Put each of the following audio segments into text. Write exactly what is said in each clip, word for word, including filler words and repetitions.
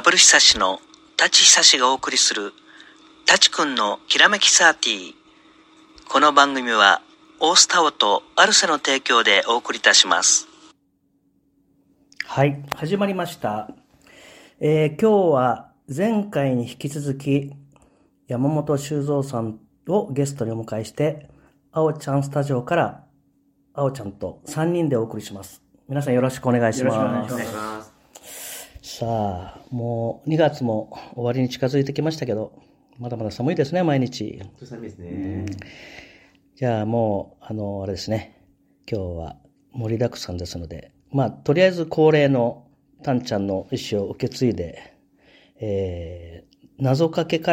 ブル久志の舘久志がお送りする舘くんのきらめきサーティー。この番組はオースタオとアルセの提供でお送りいたします。 はい、始まりました。えー、今日は前回に引き続き山本修造さんをゲストにお迎えして、あおちゃんスタジオからあおちゃんとさんにんでお送りします。皆さんよろしくお願いします。よろしくお願いします。さあ、もうにがつも終わりに近づいてきましたけど、まだまだ寒いですね、毎日。 本当に寒いですね。 うん、じゃあもう、あの、あれですね、今日は盛りだくさんですので、まあ、とりあえず恒例のたんちゃんの意思を受け継いで、えー、謎かけから、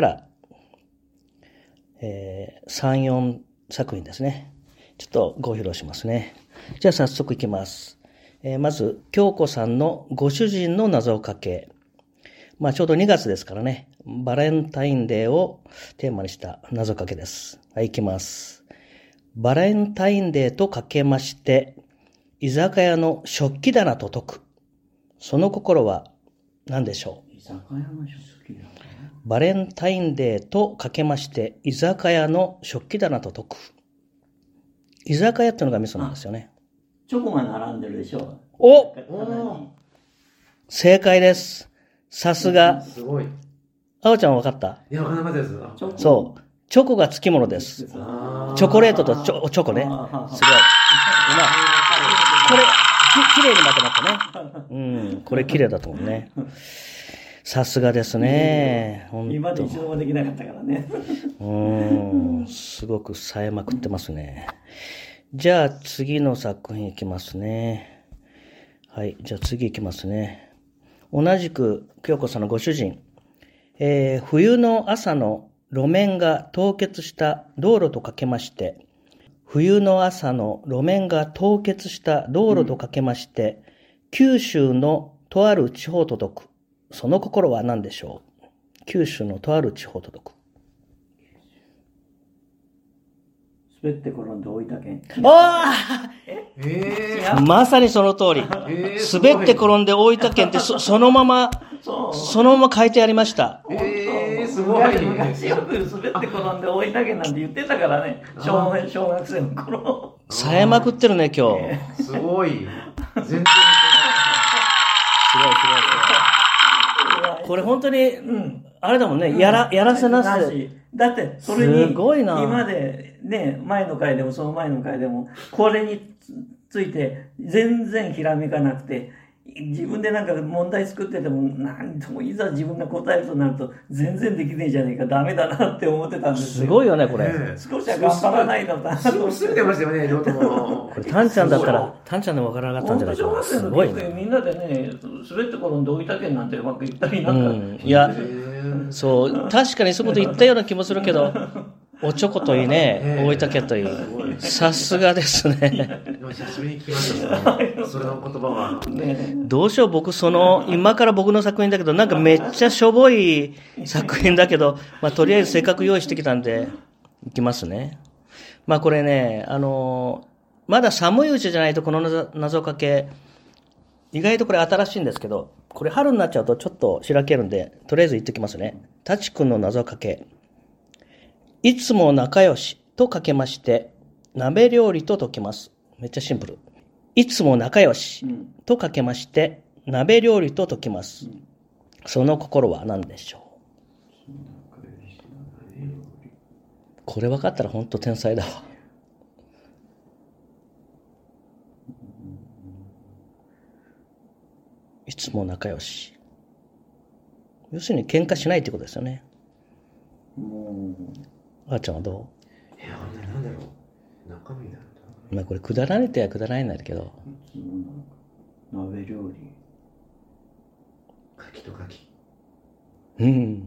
えー、さん、よんさく品ですね。ちょっとご披露しますね。じゃあ早速いきます。えー、まず、京子さんのご主人の謎かけ。まあちょうどにがつですからね、バレンタインデーをテーマにした謎かけです。はい、いきます。バレンタインデーとかけまして、居酒屋の食器棚と解く。その心は何でしょう？ 居酒屋の食器棚。 バレンタインデーとかけまして、居酒屋の食器棚と解く。居酒屋っていうのがミソなんですよね。 チョコが並んでるでしょ。 おお正解です。さすが。 すごい。 あおちゃんは分かった？ いや、分かんなかったです。 そう。チョコが付き物です。チョコレートとチョチョコね。すごい。うまい。これ、き、きれいにまとまったね。うん。これきれいだと思うね。さすがですね。 今まで一度もできなかったからね。 うーん。すごく冴えまくってますね。じゃあ次の作品いきますね。はい。じゃあ次いきますね。同じく京子さんのご主人。えー、冬の朝の路面が凍結した道路とかけまして、冬の朝の路面が凍結した道路とかけまして、うん、九州のとある地方と解く。その心は何でしょう？九州のとある地方と解く。 滑って転んで大分県。 ああえー、まさにその通り。えー、滑って転んで大分県って そ, そのまま、そ, そのまま書いてありました。 えー、すごい。 昔よく滑って転んで大分県なんて言ってたからね。小, 小学生の頃。 冴えまくってるね、今日。えー、すごい。全然。すごい、すごい、すごい。 これ本当に、うん、あれだもんね、うん、やら、やらせなし。 だって、それに、 すごいな。 今まで、ね、前の回でもその前の回でも、これについて全然ひらめかなくて、自分でなんか問題作ってても、なんともいざ自分が答えるとなると、全然できねえじゃねえか、ダメだなって思ってたんですよ。 すごいよね、これ。 ね、少しは頑張らないのかなと思って。 すぐ出ましたよね、両方も。 これ、タンちゃんだったら、タンちゃんでもわからなかったんじゃないかな。すごいね。 みんなでね、滑って転んで大分県なんてうまくいったりなんか。うん、 いや、そう、確かにそういうこと言ったような気もするけど、おちょこといいね、大分県といい。さすがですね。 久しぶりに聞きましたね。それの言葉は。 どうしよう、僕、その、今から僕の作品だけど、なんかめっちゃしょぼい作品だけど、まあ、とりあえずせっかく用意してきたんで、いきますね。まあ、これね、あの、まだ寒いうちじゃないとこの謎かけ、意外とこれ新しいんですけど、これ春になっちゃうとちょっとしらけるんで、とりあえず言ってきますね。たちくんの謎かけ。いつも仲良しとかけまして、鍋料理と解きます。めっちゃシンプル。いつも仲良しとかけまして、鍋料理と解きます。その心は何でしょう？これ分かったら本当天才だわ。いつも仲良し。要するに喧嘩しないってことですよね。あーちゃんはどう？いや、なんだろう。中身なんだ。 まあこれくだらないとやくだらないんだけど。 鍋料理。 牡蠣と牡蠣。 うん。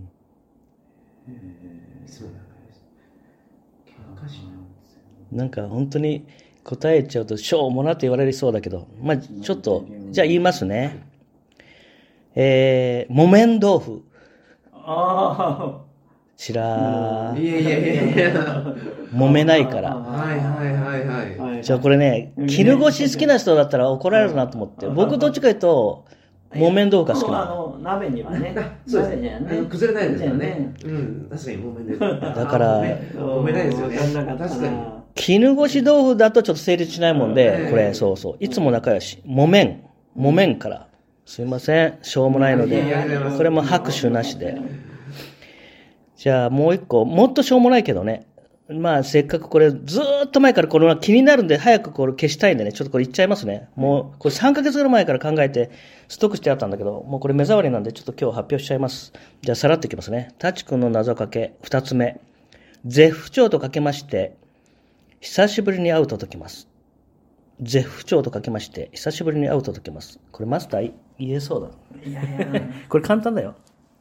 へえ。そうなんです。喧嘩しない。 なんか本当に答えちゃうとしょうもなって言われそうだけど、まあちょっとじゃあ言いますね。えー、木綿豆腐。 ああ。 ちらー。 いやいやいやいや。 揉めないから。 はいはいはいはい。 じゃあこれね、絹ごし好きな人だったら怒られるなと思って。僕どっちか言うと、 木綿豆腐が好きなあの鍋にはねそうです鍋にはね。あの崩れないですからね。うん、確かに木綿で。 だから木綿ないですよね。確かに。 絹ごし豆腐だとちょっと成立しないもんで、 うんこれそうそういつも仲良し木綿木綿からすいませんしょうもないのでいやいやいやいやこれも拍手なしで。じゃあもう一個もっとしょうもないけどね、まあせっかくこれずーっと前からこれは気になるんで早くこれ消したいんでね、ちょっとこれ言っちゃいますね。もうこれさんかげつぐらい前から考えてストックしてあったんだけど、もうこれ目障りなんでちょっと今日発表しちゃいます。じゃあさらっといきますね。タチ君の謎かけふたつめ、絶不調とかけまして久しぶりに会うと解きます。絶不調とかけまして久しぶりに会うと解きます。これマスター言えそうだ。 いやいやこれ簡単だよ。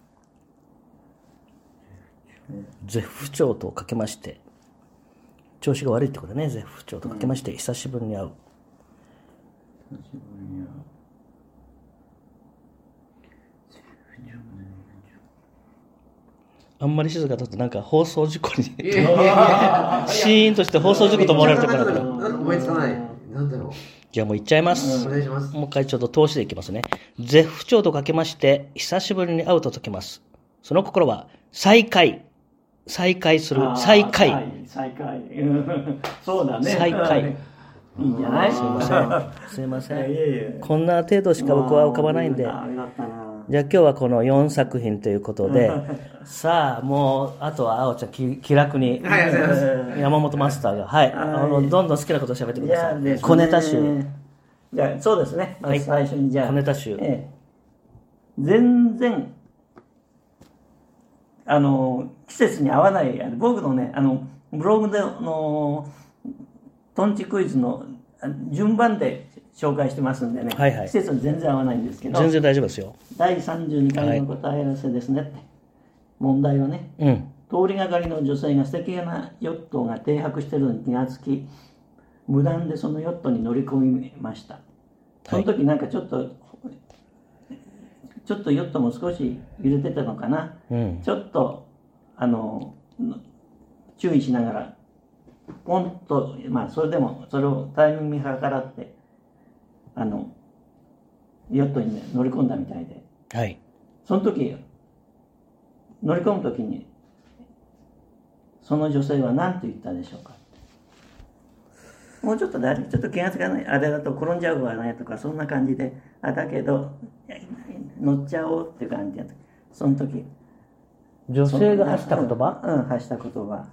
絶不調とかけまして調子が悪いってことね。絶不調とかけまして久しぶりに会う。あんまり静かだとなんか放送事故にいやいやいやシーンとして放送事故と思われるところだから。 なんか思いつかない。なんだろう。 じゃあもう言っちゃいます。 お願いします。 もう一回ちょっと通しでいきますね。絶不調とかけまして久しぶりに会うと解きます。その心は再会。再会する。再会。 再会うんそうだね再会。 いいんじゃない。 すいません。すいません。 いやいやいやこんな程度しか僕は浮かばないんで。 あれだったな。 じゃあ今日はこのよんさく品ということで、さあもうあとはあおちゃん気気楽に、 はい、ありがとうございます。 山本マスターが、はい、あのどんどん好きなことを喋ってください。小ネタ集。 じゃあそうですね。 はい最初にじゃあ小ネタ集。 ええ全然あの季節に合わないあの僕のねあのブログでのトンチクイズのあ順番で紹介してますんでね、 はいはい季節に全然合わないんですけど、 全然大丈夫ですよ。 だいさんじゅうにかいの答え合わせですねって、問題はね、 うん。 通りがかりの女性が素敵なヨットが停泊しているのに気がつき、無断でそのヨットに乗り込みました。その時なんかちょっと、ちょっとヨットも少し揺れてたのかな、 うん。 ちょっとあの注意しながらポンと、まあそれでもそれをタイミングに計らってあのヨットに、ね、乗り込んだみたいで、 はい。 その時乗り込む時にその女性は何と言ったでしょうか。もうちょっとだちょっと気がつかないあれだと転んじゃうわねとかそんな感じで、あだけど乗っちゃおうっていう感じだった。その時女性が発した言葉、 うん、うん、発した言葉。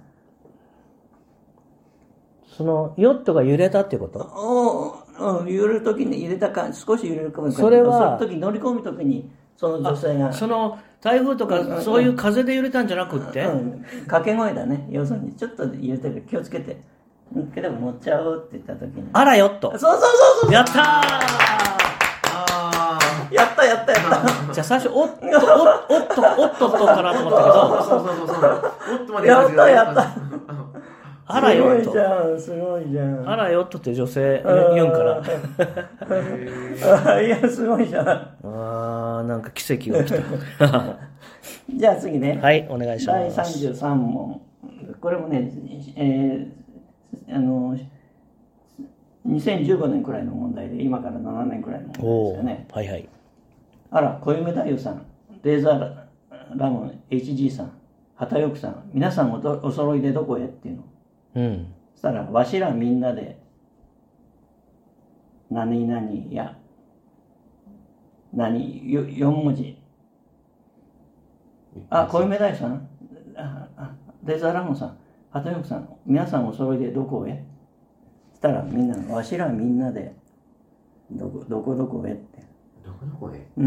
そのヨットが揺れたっていうこと？ おうん、揺れる時に揺れたか少し揺れるかもしれない。 それはその時乗り込む時にその女性がその台風とかそういう風で揺れたんじゃなくって、 うん、掛け声だね。要するにちょっと揺れてるから気をつけて、けど乗っちゃおうって言った時に、 あらヨットそうそうそうそう、 やったー。 あやったやったやったじゃあ最初おっとおっとおっとおっとっとかなと思ったけあ、 ど、 そうそうそうそう。おっとまでやったやったあらヨッすごいじト、 ゃんすごいじゃん。 あらヨットって女性言うんから。 あいやすごいじゃん。 あーなんか奇跡が起きた。 じゃあ次ね、 はいお願いします。 だいさんじゅうさん問。これもね、えー、あのにせんじゅうごねんくらいの問題で今からななねんくらいの問題ですよね。 はいはい。 あら、小夢太夫さん、レーザーラモン エイチジー さん、畑翼さん、皆さんおとお揃いでどこへっていうの。 うん。 そしたら、わしらみんなで、何々や、何、よよん文字。あ、小夢太夫さん、ああレーザーラモンさん、畑翼さん、皆さんお揃いでどこへそしたらみんな、わしらみんなで、どこどこどこへって。 どこどこへ？ うん。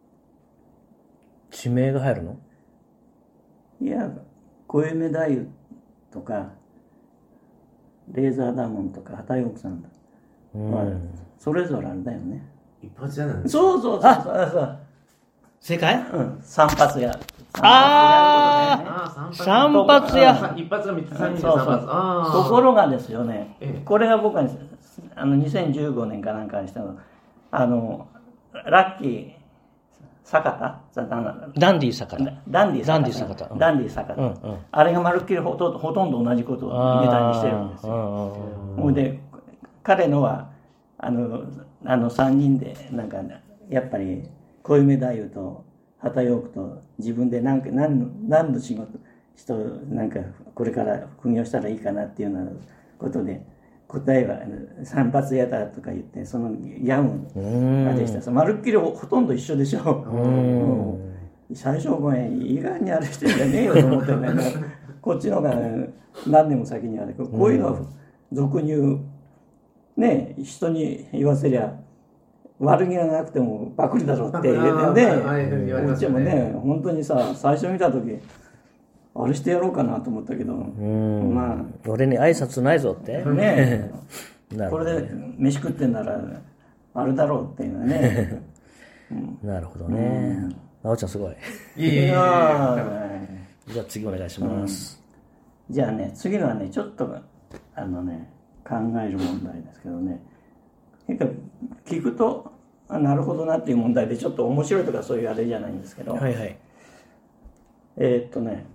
地名が入るの？ いや、小夢太夫とか、レーザーダモンとか、畑翼さんとか、 うんまあ、それぞれあれだよね。 一発屋なんです。 そうそうそうそうそう。 正解？ うん、散髪屋。 あああ、 散髪屋。 一発が三つ、三発。 そうそうああ。 ところがですよね、 ええこれが僕はあのにせんじゅうごねんかなんかにしたの、あの、ラッキー坂田ダンディ坂田。 ダンディダンディ坂田。うんダンディ坂田、 うんうんあれがまるっきりほとほとんど同じことをネタにしてるんですよ。 よ。 ほいで彼のはあのあのさんにんでなんかやっぱり小夢太夫と畑陽区と自分で何か何の何の仕事人なんかこれから副業したらいいかなっていうようなことで答えは散髪屋だとか言ってそのやむがでした。まるっきりほとんど一緒でしょ。うん最初ごめん意外にあれしてんじゃねえよと思ってねこっちのが何年も先にあれこういうのは俗に言うね人に言わせりゃ悪気がなくてもパクリだろって言うねこっちもね本当にさ最初見た時あれしてやろうかなと思ったけどまあ俺に挨拶ないぞってねこれで飯食ってんならあれだろうっていうのね、 うん、なるほどねなおちゃんすごいいいやじゃあ次お願いします、 うん、じゃあね次のはねちょっとあのね考える問題ですけどね結構聞くとあなるほどなっていう問題でちょっと面白いとかそういうあれじゃないんですけどはいはいえー、っとね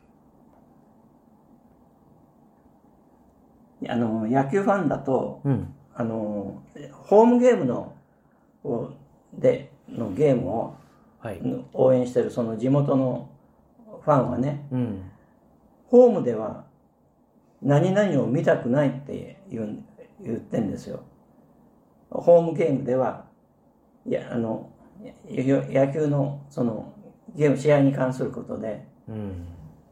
あの野球ファンだと、うん、あのホームゲームのでのゲームを、はい、応援してるその地元のファンはね、うん、ホームでは何々を見たくないって言う言ってんですよ。ホームゲームではいやあの野球のそのゲーム試合に関することで、うん、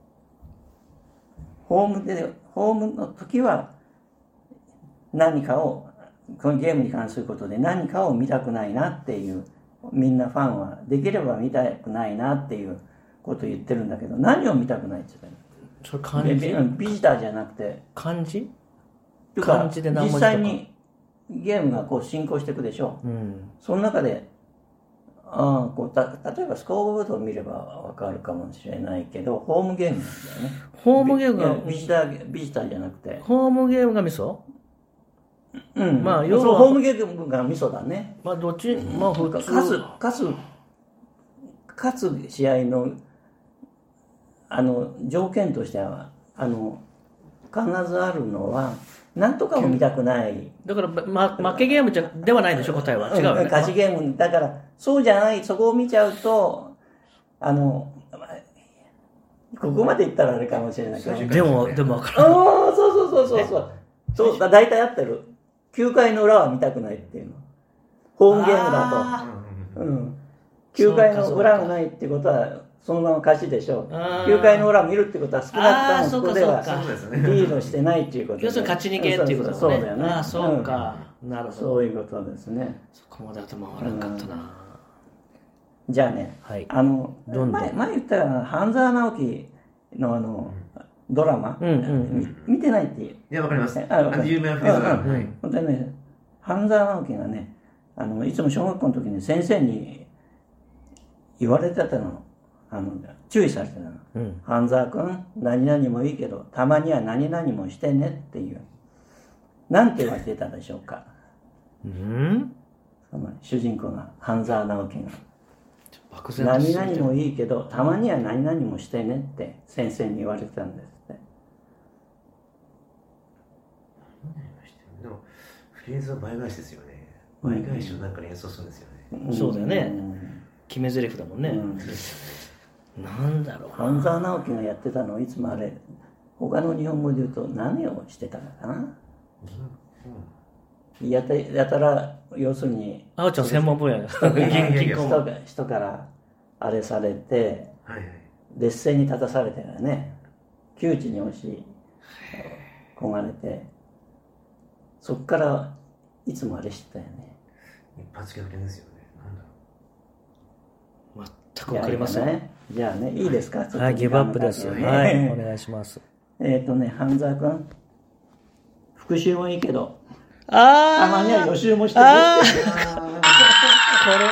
ホームでホームの時は何かをこのゲームに関することで何かを見たくないなっていうみんなファンはできれば見たくないなっていうことを言ってるんだけど何を見たくないって言ったの？ それ漢字？ ビジターじゃなくて漢字？ 漢字で何文字とか実際にゲームがこう進行していくでしょう、うん、その中であこうた例えばスコアボードを見ればわかるかもしれないけどホームゲームなんだよね。 ホームゲームがビジタービジターじゃなくてホームゲームがミソ？ うんまあ要はホームゲームがミソだね。 まあどっちまあ普通勝つ勝つ勝つ試合のあの条件としてはあの必ずあるのは何とかを見たくないだから、ま、負けゲームじゃではないでしょ答えは違うよね、 うん、勝ちゲームだからそうじゃないそこを見ちゃうとあのここまでいったらあれかもしれないけどでもでも分からないああそうそうそうそうそうそうだ大体合ってるきゅうかいの裏は見たくないっていうのホームゲームだと、うん、きゅうかいの裏がないってことはそのまま勝ちでしょう。きゅうかいの裏を見るってことは少なくともそこではリードしてないっていうことで。 要するに勝ち逃げっていうことですね。 そうだよね。 ああ、そうか、うん。なるほど。 そういうことですね。 そこまで頭回らなかったな。 うん、じゃあね、はい、あの前前言ったら半沢直樹のあの、うん、ドラマ、うんうんうん、見てないっていう。いやわかります。あの有名なフレーズが。 本当にね、半沢直樹がね、あのいつも小学校の時に先生に言われてたの。あの注意されてたの、うん、半沢君何々もいいけどたまには何々もしてねっていうなんて言われてたでしょうか、うん、その主人公が半沢直樹が何々もいいけどたまには何々もしてねって先生に言われてたんですって。 でもフレーズは倍返しですよね。倍返しをなんか演奏するんですよね、 うん、そうだよね、うん、決め台詞だもんね、うんなんだろう半沢直樹がやってたのいつもあれ他の日本語で言うと何をしてたのかな、うん、やたやたら要するにあおちゃん専門分野です人, 人からあれされて、はいはい、劣勢に立たされてるね窮地に押し込まれてそっからいつもあれしてたよね。 一発逆転ですよね。なんだろう全く分かりませんね。 じゃあね、いいですか？ はい、ギブアップです。はい、お願いします。 えっとね、半沢くん、復習もいいけど、 あたまには予習もしてるって。 これ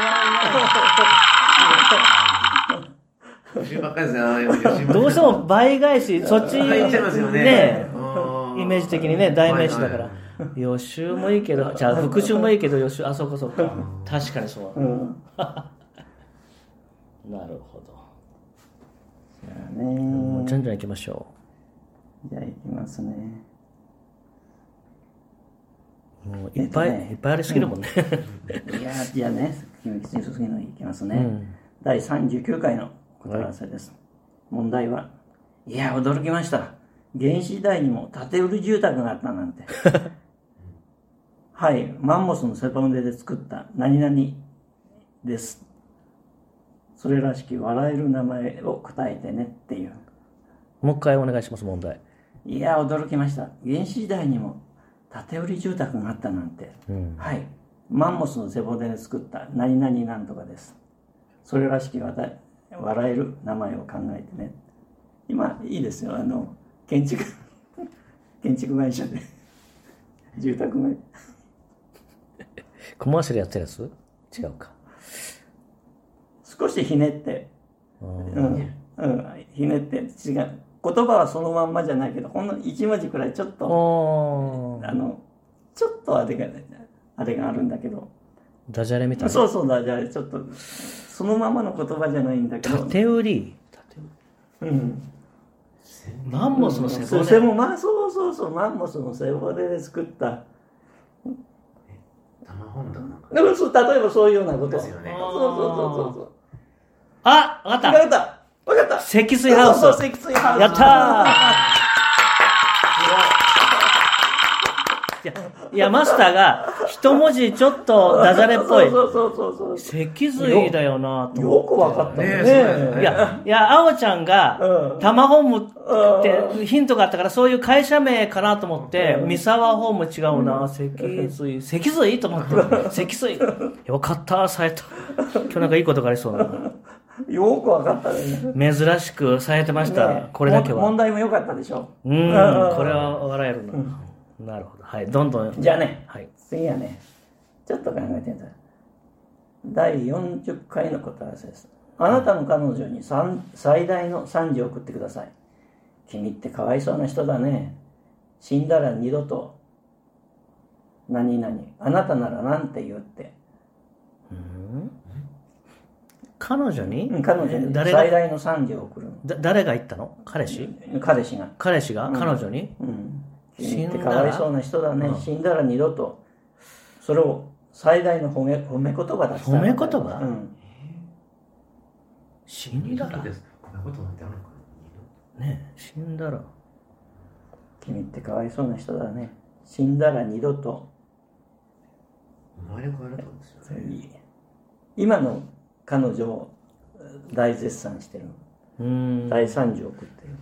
は予習ばっかりですね。 どうしても倍返し、そっち入っちゃいますよね。 ね、イメージ的にね、代名詞だから。予習もいいけど、じゃあ復習もいいけど予習、あ、そうかそうか。確かにそう。うん、なるほど。 じゃあね、 じゃんじゃん行きましょう。じゃあ行きますね。 もういっぱい、えっとね、いっぱいありすぎるもんね。 うん、いやいやね、 君きつに次のいきますね、 うん、 だいさんじゅうきゅうかいの答え合わせです、はい、問題は、いや驚きました、原始時代にも建て売り住宅があったなんてはい、マンモスの背骨で作った何々です。それらしき笑える名前を答えてねっていう。 もう一回お願いします。問題。 いや驚きました、原始時代にも建て売り住宅があったなんて、うん、はい、マンモスの背骨で作った何々なんとかです。それらしき笑える名前を考えてね。今いいですよ、あの建築建築会社で住宅街コマーシャルやってるやつ違うか、 少しひねって、うんうん、ひねって違う、言葉はそのまんまじゃないけど、ほんの一文字くらいちょっとあのちょっとあれがあれがあるんだけど、 ダジャレみたいな。 そうそう、ダジャレ、ちょっとそのままの言葉じゃないんだけど、 建売り、 うん、 マンモスの背骨、 背骨、まあ、そうそうそう、マンモスの背骨で作ったタマホンダなんか、 でもそう例えばそういうようなことですよね。 そうそうそうそう。 あ、わかった。 わかった。わかった。 積水ハウス。 そうそう、積水ハウス。 やったー。いや、いやマスターが一文字ちょっとダジャレっぽい。 そうそうそうそう。 脊髄だよなとよくわかったね。 ねいや、いや、あおちゃんが、タマホームってヒントがあったから、そういう会社名かなと思って、三沢ホーム違うな、脊髄、脊髄と思って、脊髄。よかった、さえた。今日なんかいいことがありそうな。 よくわかったね。 珍しくさえてました、これだけは。 問題も良かったでしょ。 うん、これは笑えるな。なるほど。はい、どんどん。 じゃあね、 はい、 次はね、ちょっと考えてみた。だいよんじゅっかいの答え合わせです。あなたの彼女に最大の賛辞を送ってください。君ってかわいそうな人だね。死んだら二度と、何々、あなたならなんて言うって。 うん、彼女に、 うん、彼女に最大の賛辞を送るの。 だ誰が言ったの？彼氏？ 彼氏が。 彼氏が、うん、彼女に、 うん君ってかわいそうな人だね、うん、死んだら二度とそれを最大の褒め、褒め言葉だった。 褒め言葉、 うん、 死んだら褒め言葉なんてあるのかなねえ、死んだら君ってかわいそうな人だね、死んだら二度と生まれ変わるってことですよね。 今の彼女を大絶賛してる、うん、大賛辞を送ってる。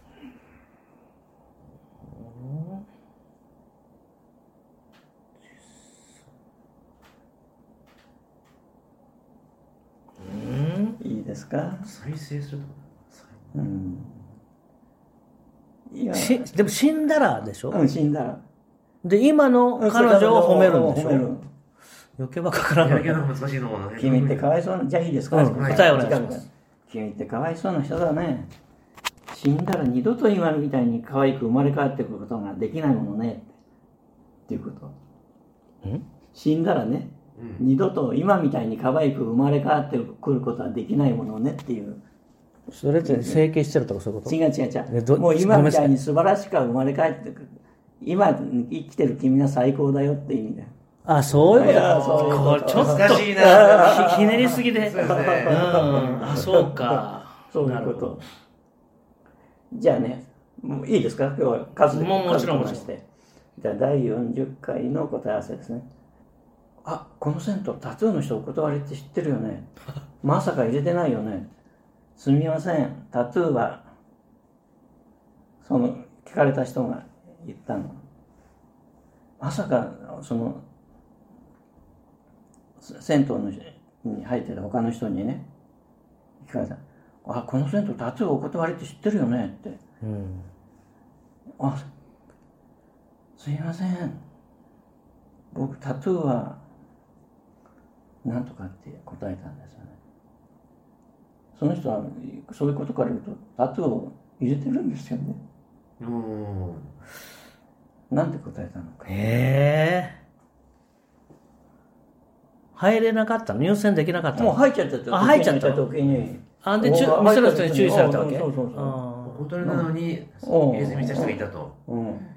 いいですか？ 再生すると、 うん、 いやしでも死んだらでしょ、 うん、死んだらで今の彼女を褒めるんでしょ、余計はかからない。 難しいのもね。 君ってかわいそうな、じゃあいいですか、うん、 答えお願いします。 君ってかわいそうな人だね、死んだら二度と今みたいに可愛く生まれ変わってくることができないものねっていうこと。ん死んだらね、うん、二度と今みたいに可愛く生まれ変わってくることはできないものねっていう。 それって整形してるとかそういうこと？ 違う違う違う。もう今みたいに素晴らしく生まれ変わってくる。今生きてる君が最高だよって意味だよ。 あ、そういうこと。ちょっと難しいな。ひねりすぎで。うん。あ、そうか。 そういうこと。じゃあね、もういいですか？今日は数でもちろんもちろん。 じゃあだいよんじゅっかいの答え合わせですね。あ、この銭湯タトゥーの人お断りって知ってるよね。まさか入れてないよね。すみません、タトゥーはその聞かれた人が言ったの。まさかその銭湯のに入ってた他の人にね聞かれた。あ、この銭湯タトゥーお断りって知ってるよねって。うん、あ、すいません。僕タトゥーはなんとかって答えたんですよね。その人はそういうことから言うとタトゥーを入れてるんですよね。うん。なんて答えたのか。 へえ。入れなかったの？入選できなかったの？ もう入っちゃった。 あ、入っちゃった時に。 あ、で、店の人に注意されたわけ？ そうそうそう。お断りなのに入れてみた人がいたと。うん。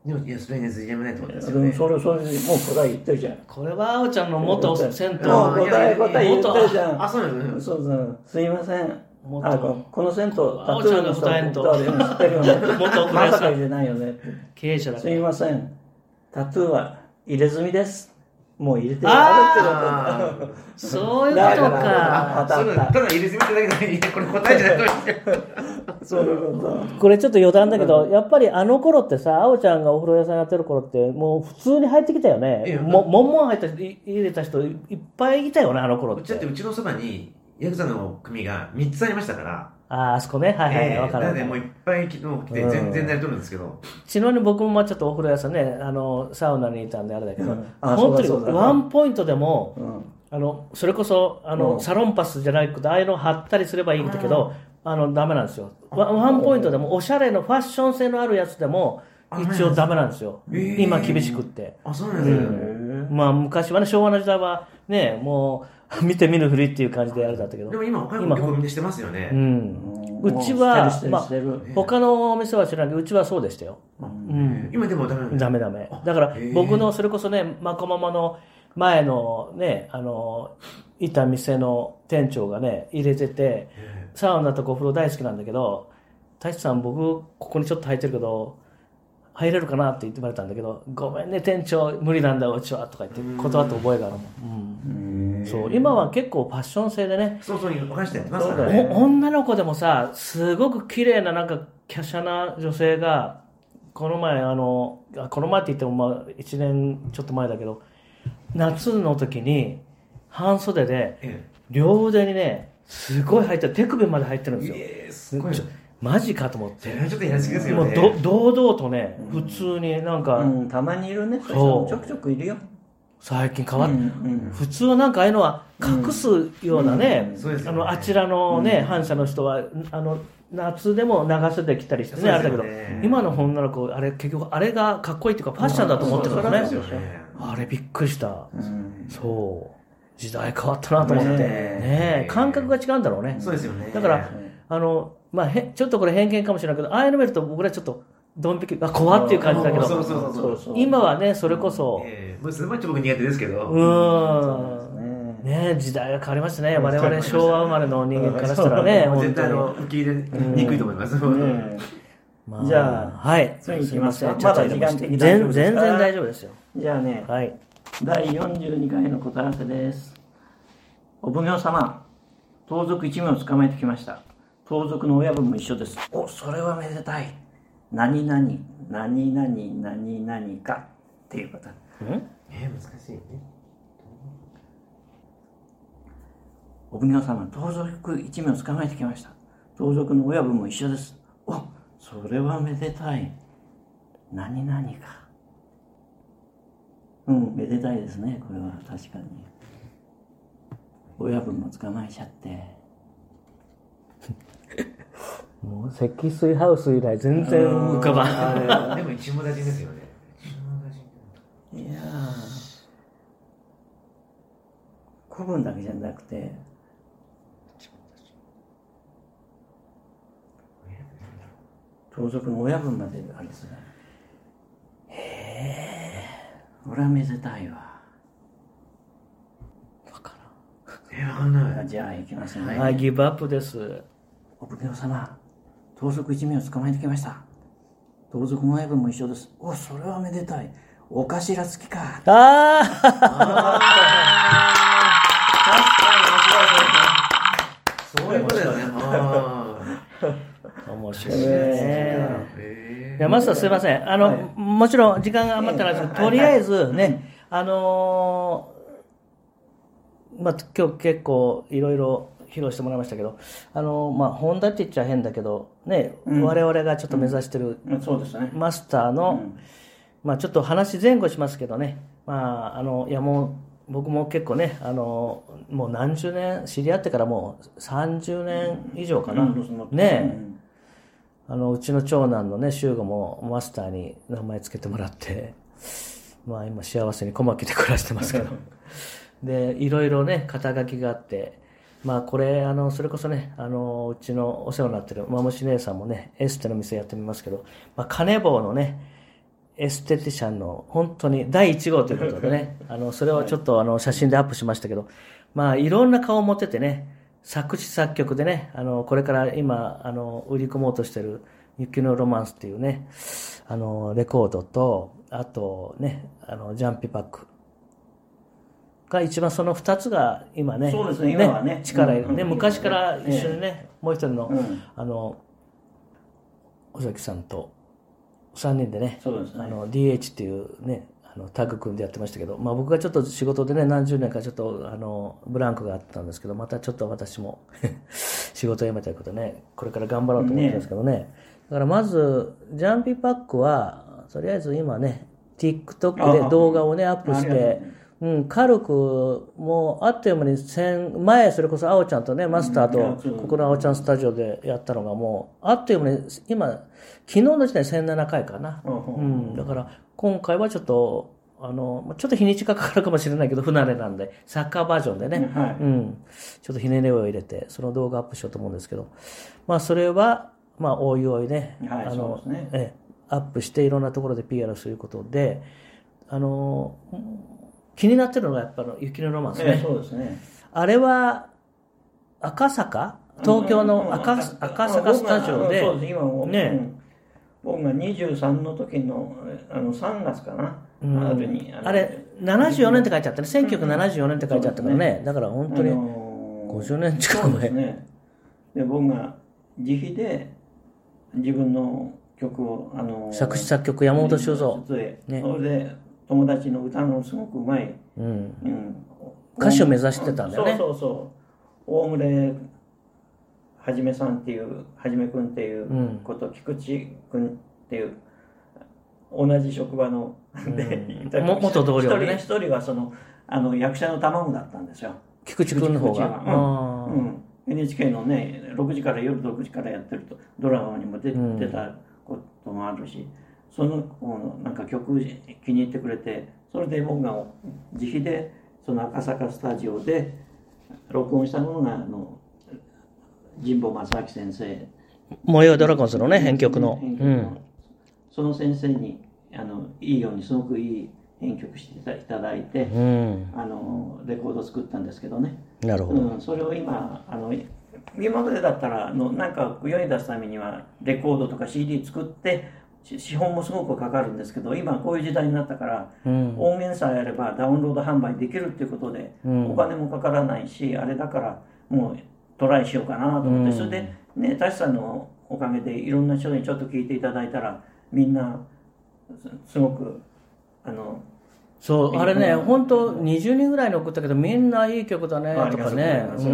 でもいやそれね辻山ないってことですよね。 うん、それそれもう答え言ってるじゃん。 これはあおちゃんの元銭湯。 もう答え答え言ってるじゃん。 あそうなんです。 そうそう。すいません。 元あここの銭湯タトあおちゃんがゥーの人答えんと知ってるよね。 元おまさかさん入れないよね。 経営者だかすいら。 ません。タトゥーは入れ済みです。もう入れてあるってこと。 そういうことだからか。 あったあったただ入れ墨ってだけでこれ答えじゃないとそういうこと。 これちょっと余談だけど、やっぱりあの頃ってさ、あおちゃんがお風呂屋さんやってる頃って、もう普通に入ってきたよね。も、もんもん入った人、い入れた人いっぱいいたよね、あの頃っうちだってて。 うちのそばにヤクザの組がみっつありましたから。 ああ、あそこね。はいはい、わ、 えー、 かる。 なのでもういっぱい昨日来て全然慣れとるんですけど。 ちなみに僕もまあちょっとお風呂屋さんね、あの、サウナにいたんであれだけど、 うんあ本当にそうだそうだワンポイントでも、 うんあの、それこそ、あの、 うんサロンパスじゃなくて、ああいうの貼ったりすればいいんだけど、あの、ダメなんですよ。ワワンポイントでも、おしゃれのファッション性のあるやつでも、一応ダメなんですよ。 えー今厳しくって。 あ、そうなんですね。 まあ昔はね、昭和の時代はね、もう、見て見ぬふりっていう感じであれだったけど。 でも今他にも結構みんなしてますよね。 うん。 うんうちはしてるして、るまあしてる、 他のお店は知らないけど、うちはそうでしたよ。うん。 今でもダメなんですダメダメ。だからへー僕のそれこそね、まこままの前のね、あの、いた店の店長がね、入れてて、サウナとかお風呂大好きなんだけど、大志さん僕ここにちょっと入ってるけど、入れるかなって言ってもらったんだけど、ごめんね店長無理なんだうちはとか言って断った覚えがあるもん。うん、そう今は結構ファッション性でね、 そうそう、お菓子でやってますかおらね。 女の子でもさ、すごく綺麗ななんか華奢な女性が、この前あの、あこの前って言ってもまあいちねんちょっと前だけど、夏の時に半袖でえ両腕にね、すごい入ってる、手首まで入ってるんですよ。 えー、すごい。 ちょマジかと思って。 それはちょっとやりすぎですよね。 もうど堂々とね、普通になんか、 うん、たまにいるね。 そうそういう人もちょくちょくいるよ。 最近変わっ、 うんうん普通はなんかああいうのは隠すようなね、 そうですよねあのあちらのね、反社の人はあの夏でも長袖着たりしてね、あれだけど、今の女の子あれ結局あれがかっこいいっていうかファッションだと思ってるからね、 そうですよね。 あれびっくりした、 うんそう時代変わったなと思って、ねねえ感覚が違うんだろうね。 そうですよね。 だからあの、まあ、へちょっとこれ偏見かもしれないけど、ああいうの見ると僕らちょっとドン引きあ怖っていう感じだけど、 そうそうそうそうそう今はねそれこそ、 ええ、もうすごいちょっと僕苦手ですけど。 うーんね時代が変わりましたね。我々昭和生まれの人間からしたらね、本当に。 絶対あの受け入れにくいと思います。 ねまあじゃあはい。 次行きますか。 ちゃっちゃまだ時間的に大丈全夫ですか全然大丈夫ですよ。 じゃあね、 はい。 だいよんじゅうにかいの答え合わせです。お奉行様、盗賊一名を捕まえてきました。盗賊の親分も一緒です。お、それはめでたい。何々、何々、何々かっていうこと。 うんえー、難しいね。 お奉行様、盗賊一名を捕まえてきました。盗賊の親分も一緒です。お、それはめでたい。何々か。うん、めでたいですね、これは確かに。親分も捕まえちゃって。 もう積水ハウス以来全然浮かばん。 あれでも一網打尽ですよね。一網打尽。 いやー、古文だけじゃなくて、盗賊の親分まであるんですね。へえ、俺はめでたいわ。 えー、わかんない。 じゃあ行きますね。 はい、ギブアップです。 お奉行様、盗賊一名を捕まえてきました。盗賊の親分も一緒です。お、それはめでたい。お頭付きか。 ああそういうことだよね。あ面白いね。 えいや、マスターすいません。あの、 はいもちろん時間が余ったらですけど、とりあえずね、あのーまあ、今日結構いろいろ披露してもらいましたけど、あのーまあ、本題って言っちゃ変だけど、ね、 うん我々がちょっと目指してるーそうですね。 マスターの、 うんまあ、ちょっと話前後しますけどね、まあ、あの、いやもう、僕も結構ね、あの、もう何十年、知り合ってからもうさんじゅうねん以上かな。 うんねえ。あのうちの長男のね修吾もマスターに名前つけてもらって、まあ今幸せに小牧で暮らしてますけどでいろいろね肩書きがあって、まあこれあのそれこそねあのうちのお世話になってるまむし姉さんもねエステの店やってみますけど、まあ、金棒のねエステティシャンの本当にだいいち号ということでね、あの、それをちょっとあの、写真でアップしましたけど、まあ、いろんな顔を持っててね、作詞作曲でね、あの、これから今、あの、売り込もうとしてる、雪のロマンスっていうね、あの、レコードと、あとね、あの、ジャンピパックが一番その二つが今ね、 そうですね、今はね。 力入れるね、 うん昔から一緒にね、 えもう一人の、 うんあの、尾崎さんとさんにんでね、 そうですねあの ディーエイチ っていうね、あのタッグ組んでやってましたけど、まあ僕がちょっと仕事でね、何十年かちょっとあのブランクがあったんですけど、またちょっと私も仕事を辞めたいことでね、これから頑張ろうと思ってるんですけどね。だからまず、ジャンピパックは、とりあえず今ね、TikTok で動画をね、アップしありがとうございて、うん、軽く、もう、あっという間に千、前、それこそ、あおちゃんとね、マスターと、ここのあおちゃんスタジオでやったのがもう、あっという間に、今、昨日の時点でせんななかいかな。うん、だから、今回はちょっと、あの、ちょっと日にちがかかるかもしれないけど、不慣れなんで、サッカーバージョンでね、 はいうん、ちょっとひねりを入れて、その動画アップしようと思うんですけど、まあ、それは、まあ、おいおいね、 はいあの、 そうですねええ、アップしていろんなところで ピーアール することで、あの、気になってるのがやっぱり雪のロマンスね。 ええそうですね。 あれは赤坂東京の赤,、赤坂スタジオで、 そうです、今も、 ね、 うん僕がにじゅうさんの時のあのさんがつかな、 うんあるにあれななじゅうよねんって書いてあったね、せんきゅうひゃくななじゅうよねんって書いてあったからね、だから本当にごじゅうねん近く前、 そうですね。で僕が自費で自分の曲を、あのー作詞作曲山本修造、 ね、それで友達の歌のすごくうまい、 うんうん、 歌手を目指してたんだよね。 そうそうそう大村はじめさんっていうはじめ君っていうこと、うん、菊池君っていう同じ職場の、 うん、も元同僚でね、 一人一人はそのあの役者の卵だったんですよ、 菊池君の方が、 うんうん、エヌエイチケー のねろくじから夜ろくじからやってるとドラマにも出,、出たこともあるし、その子のなんか曲気に入ってくれて、それで僕が自費でその赤坂スタジオで録音したものがあの神保正明先生、 模様ドラゴンズのね編曲の、 編曲のうん、その先生にあのいいようにすごくいい編曲していただいて、うん、あのレコード作ったんですけどね。 なるほど、 うん、それを今あの今までだったらあのなんか世に出すためにはレコードとか シーディー 作って資本もすごくかかるんですけど、今こういう時代になったから、うん、音源さえあればダウンロード販売できるっていうことで、うん、お金もかからないし、あれだからもうトライしようかなと思って、うん、それでね、タシさんのおかげでいろんな人にちょっと聞いていただいたら、みんなすごくあのそうあれね、本当にじゅうにんぐらいに送ったけど、みんないい曲だねとかね、うん、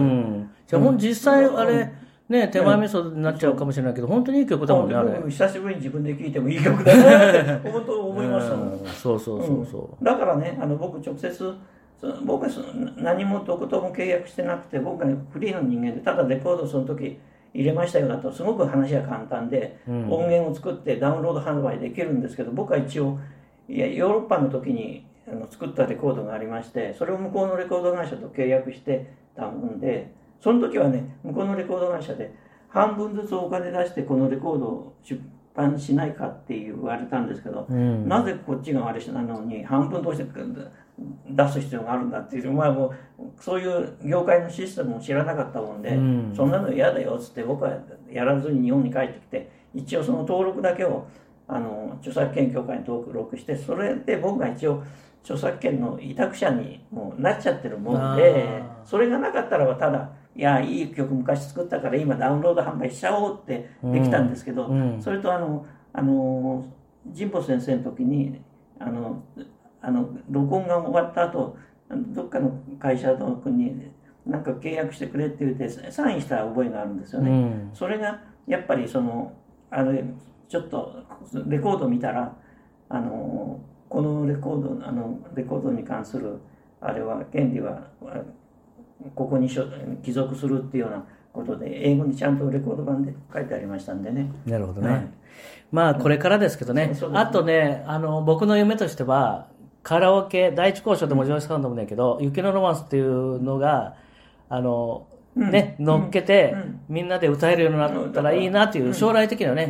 じゃあ、うん、実際あれね、手前味噌になっちゃうかもしれないけど、本当にいい曲だもんね、あれ。 久しぶりに自分で聴いてもいい曲だなって本当思いましたもん、うん、 そうそうそうそう、 うん、だからね、あの僕直接僕は何もどことも契約してなくて、僕は、ね、フリーの人間で、ただレコードその時入れましたよだとすごく話が簡単で、うん、音源を作ってダウンロード販売できるんですけど、僕は一応いやヨーロッパの時にあの作ったレコードがありまして、それを向こうのレコード会社と契約してたんで、その時はね、向こうのレコード会社で半分ずつお金出してこのレコードを出版しないかって言われたんですけど、うん、なぜこっちがあれなのに半分どうして出す必要があるんだっていう、まあ、もうそういう業界のシステムを知らなかったもんで、うん、そんなの嫌だよっつって僕はやらずに日本に帰ってきて、一応その登録だけをあの著作権協会に登録して、それで僕が一応著作権の委託者にもうなっちゃってるもんで、それがなかったらただいやいい曲昔作ったから今ダウンロード販売しちゃおうってできたんですけど、うんうん、それとあのあの神保先生の時にあのあの録音が終わった後どっかの会社の国になんか契約してくれって言ってサインした覚えがあるんですよね、うん、それがやっぱりそのあれちょっとレコード見たらあのこのレコードあのレコードに関するあれは権利はここに帰属するっていうようなことで英語にちゃんとレコード版で書いてありましたんでね。 なるほどね、はい、まあこれからですけどね、うん、あとねあの僕の夢としてはカラオケ第一交渉でも上司さんでもないけど、うん、雪のロマンスっていうのがあの、うん、ね乗っけて、うん、みんなで歌えるようになったらいいなっていう将来的にはね、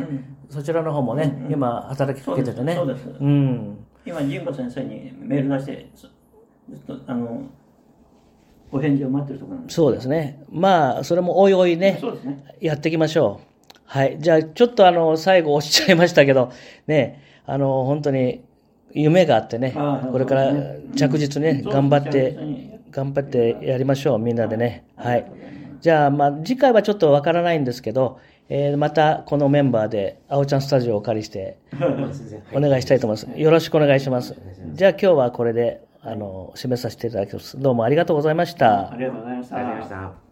そちらの方もね、うん、今働きかけててね。 そうです。そうです。 うん。 今神保先生にメール出してずっとあのお返事を待ってるところなんです。 そうですね。まあそれもおいおいね、 そうですね、 やっていきましょう。はい。じゃあちょっとあの最後おっしゃいましたけどね、あの本当に夢があってね、これから着実にね、うん、頑張って頑張ってやりましょう、みんなでね。はい。じゃあまあ次回はちょっとわからないんですけど、えー、またこのメンバーであおちゃんスタジオをお借りしてお願いしたいと思います。よろしくお願いします。じゃあ今日はこれであの締めさせていただきます。どうもありがとうございました。 ありがとうございました。 ありがとうございました。